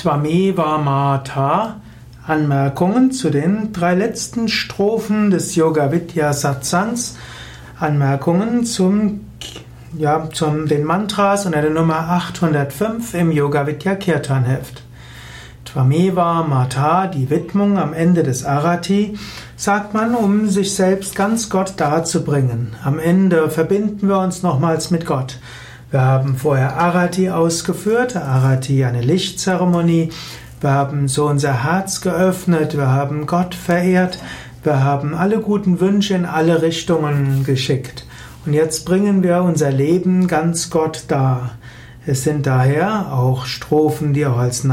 Tvameva Mata. Anmerkungen zu den 3 letzten Strophen des Yoga Vidya Satsangs. Anmerkungen zum den Mantras unter der Nummer 805 im Yoga Vidya Kirtan Heft. Tvameva Mata, die Widmung am Ende des Arati, sagt man, um sich selbst ganz Gott darzubringen. Am Ende verbinden wir uns nochmals mit Gott. Wir haben vorher Arati ausgeführt, Arati eine Lichtzeremonie. Wir haben so unser Herz geöffnet, wir haben Gott verehrt, wir haben alle guten Wünsche in alle Richtungen geschickt. Und jetzt bringen wir unser Leben ganz Gott dar. Es sind daher auch Strophen, die auch als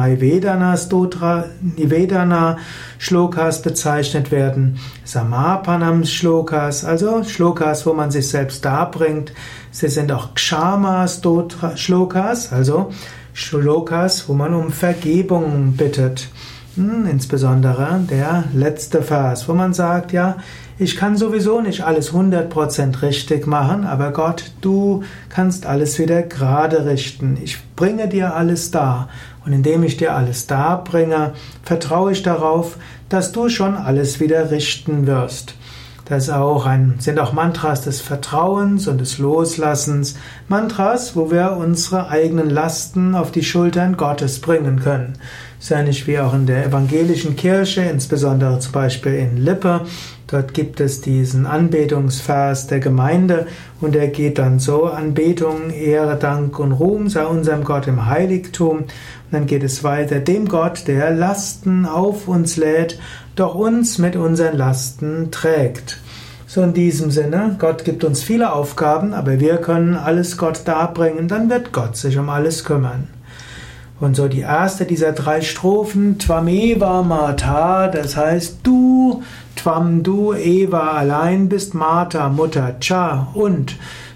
Nivedana-Shlokas bezeichnet werden, Samapanam-Shlokas, also Shlokas, wo man sich selbst darbringt. Sie sind auch Kshama-Shlokas, also Shlokas, wo man um Vergebung bittet. Insbesondere der letzte Vers, wo man sagt, ja, ich kann sowieso nicht alles 100% richtig machen, aber Gott, du kannst alles wieder gerade richten. Ich bringe dir alles dar. Und indem ich dir alles darbringe, vertraue ich darauf, dass du schon alles wieder richten wirst. Das sind auch Mantras des Vertrauens und des Loslassens. Mantras, wo wir unsere eigenen Lasten auf die Schultern Gottes bringen können. So ähnlich wie auch in der evangelischen Kirche, insbesondere zum Beispiel in Lippe. Dort gibt es diesen Anbetungsvers der Gemeinde und der geht dann so: Anbetung, Ehre, Dank und Ruhm sei unserem Gott im Heiligtum. Und dann geht es weiter: Dem Gott, der Lasten auf uns lädt, doch uns mit unseren Lasten trägt. So in diesem Sinne, Gott gibt uns viele Aufgaben, aber wir können alles Gott darbringen, dann wird Gott sich um alles kümmern. Und so die erste dieser 3 Strophen, Tvameva Mata, das heißt du, Tvam, du, Eva, allein bist Mata, Mutter, Cha, und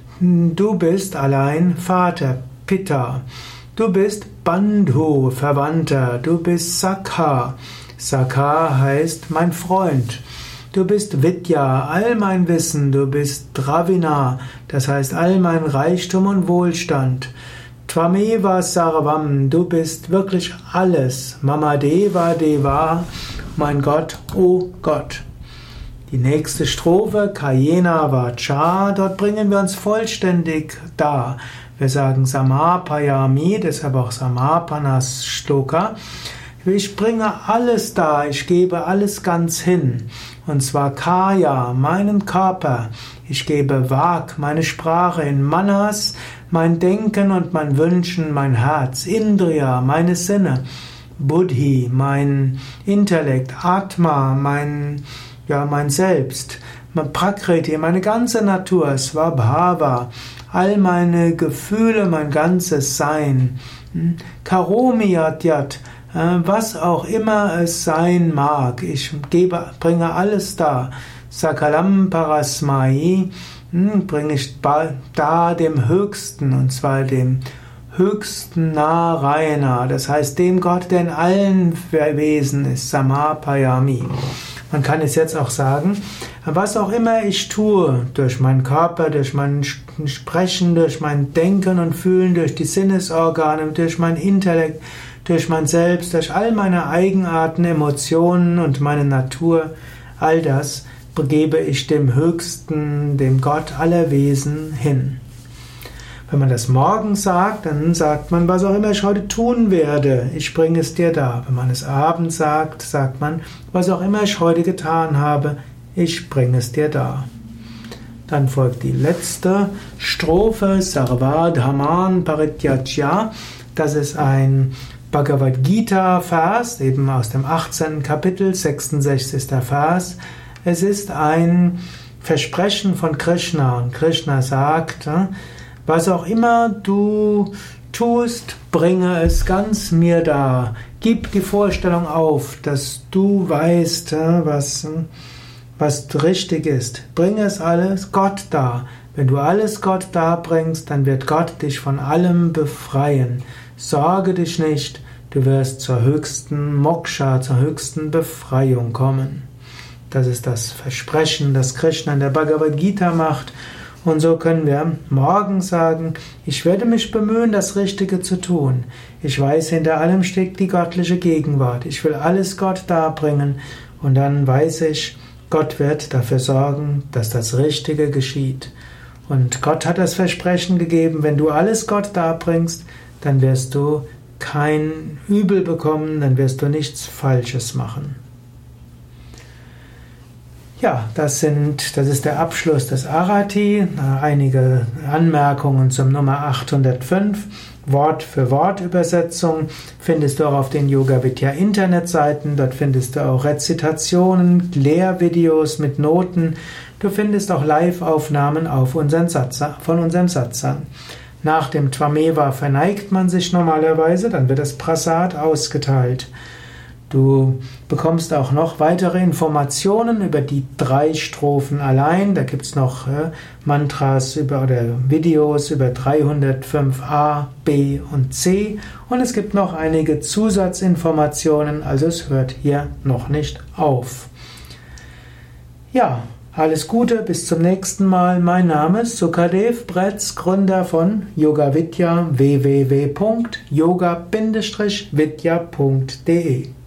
du bist allein Vater, Pitta. Du bist Bandhu, Verwandter, du bist Sakha. Sakha heißt mein Freund. Du bist Vidya, all mein Wissen, du bist Dravina, das heißt all mein Reichtum und Wohlstand. Tvameva Sarvam, du bist wirklich alles. Mama Deva Deva, mein Gott, oh Gott. Die nächste Strophe, Kayena Vacha, dort bringen wir uns vollständig dar. Wir sagen Samapayami, deshalb auch Samapanas Shloka. Ich bringe alles dar, ich gebe alles ganz hin. Und zwar Kaya, meinen Körper. Ich gebe Vak, meine Sprache, in Manas, mein Denken und mein Wünschen, mein Herz. Indriya, meine Sinne. Buddhi, mein Intellekt. Atma, mein Selbst. Prakriti, meine ganze Natur. Svabhava, all meine Gefühle, mein ganzes Sein. Karomi Adyat, was auch immer es sein mag, ich bringe alles da. Sakalam Parasmai, bringe ich da dem Höchsten, und zwar dem höchsten Narayana, das heißt dem Gott, der in allen Wesen ist, Samapayami. Man kann es jetzt auch sagen, was auch immer ich tue, durch meinen Körper, durch mein Sprechen, durch mein Denken und Fühlen, durch die Sinnesorgane, durch mein Intellekt, durch mein Selbst, durch all meine Eigenarten, Emotionen und meine Natur, all das gebe ich dem Höchsten, dem Gott aller Wesen hin. Wenn man das morgens sagt, dann sagt man, was auch immer ich heute tun werde, ich bringe es dir dar. Wenn man es abends sagt, sagt man, was auch immer ich heute getan habe, ich bringe es dir dar. Dann folgt die letzte Strophe, Sarva Dhamman Parityajya. Das ist ein Bhagavad Gita Vers, eben aus dem 18. Kapitel, 66. Vers. Es ist ein Versprechen von Krishna, und Krishna sagt, was auch immer du tust, bringe es ganz mir dar. Gib die Vorstellung auf, dass du weißt, was richtig ist. Bringe es alles Gott dar. Wenn du alles Gott darbringst, dann wird Gott dich von allem befreien. Sorge dich nicht, du wirst zur höchsten Moksha, zur höchsten Befreiung kommen. Das ist das Versprechen, das Krishna in der Bhagavad Gita macht. Und so können wir morgen sagen, ich werde mich bemühen, das Richtige zu tun. Ich weiß, hinter allem steckt die göttliche Gegenwart. Ich will alles Gott darbringen. Und dann weiß ich, Gott wird dafür sorgen, dass das Richtige geschieht. Und Gott hat das Versprechen gegeben, wenn du alles Gott darbringst, dann wirst du kein Übel bekommen, dann wirst du nichts Falsches machen. Ja, das ist der Abschluss des Arati. Einige Anmerkungen zum Nummer 805. Wort für Wort Übersetzung findest du auch auf den Yoga Vidya Internetseiten. Dort findest du auch Rezitationen, Lehrvideos mit Noten. Du findest auch Live-Aufnahmen von unserem Satsang. Nach dem Tvameva verneigt man sich normalerweise, dann wird das Prasad ausgeteilt. Du bekommst auch noch weitere Informationen über die 3 Strophen allein. Da gibt es noch Mantras oder Videos über 305a, b und c. Und es gibt noch einige Zusatzinformationen, also es hört hier noch nicht auf. Ja, alles Gute, bis zum nächsten Mal. Mein Name ist Sukadev Bretz, Gründer von Yoga Vidya, www.yoga-vidya.de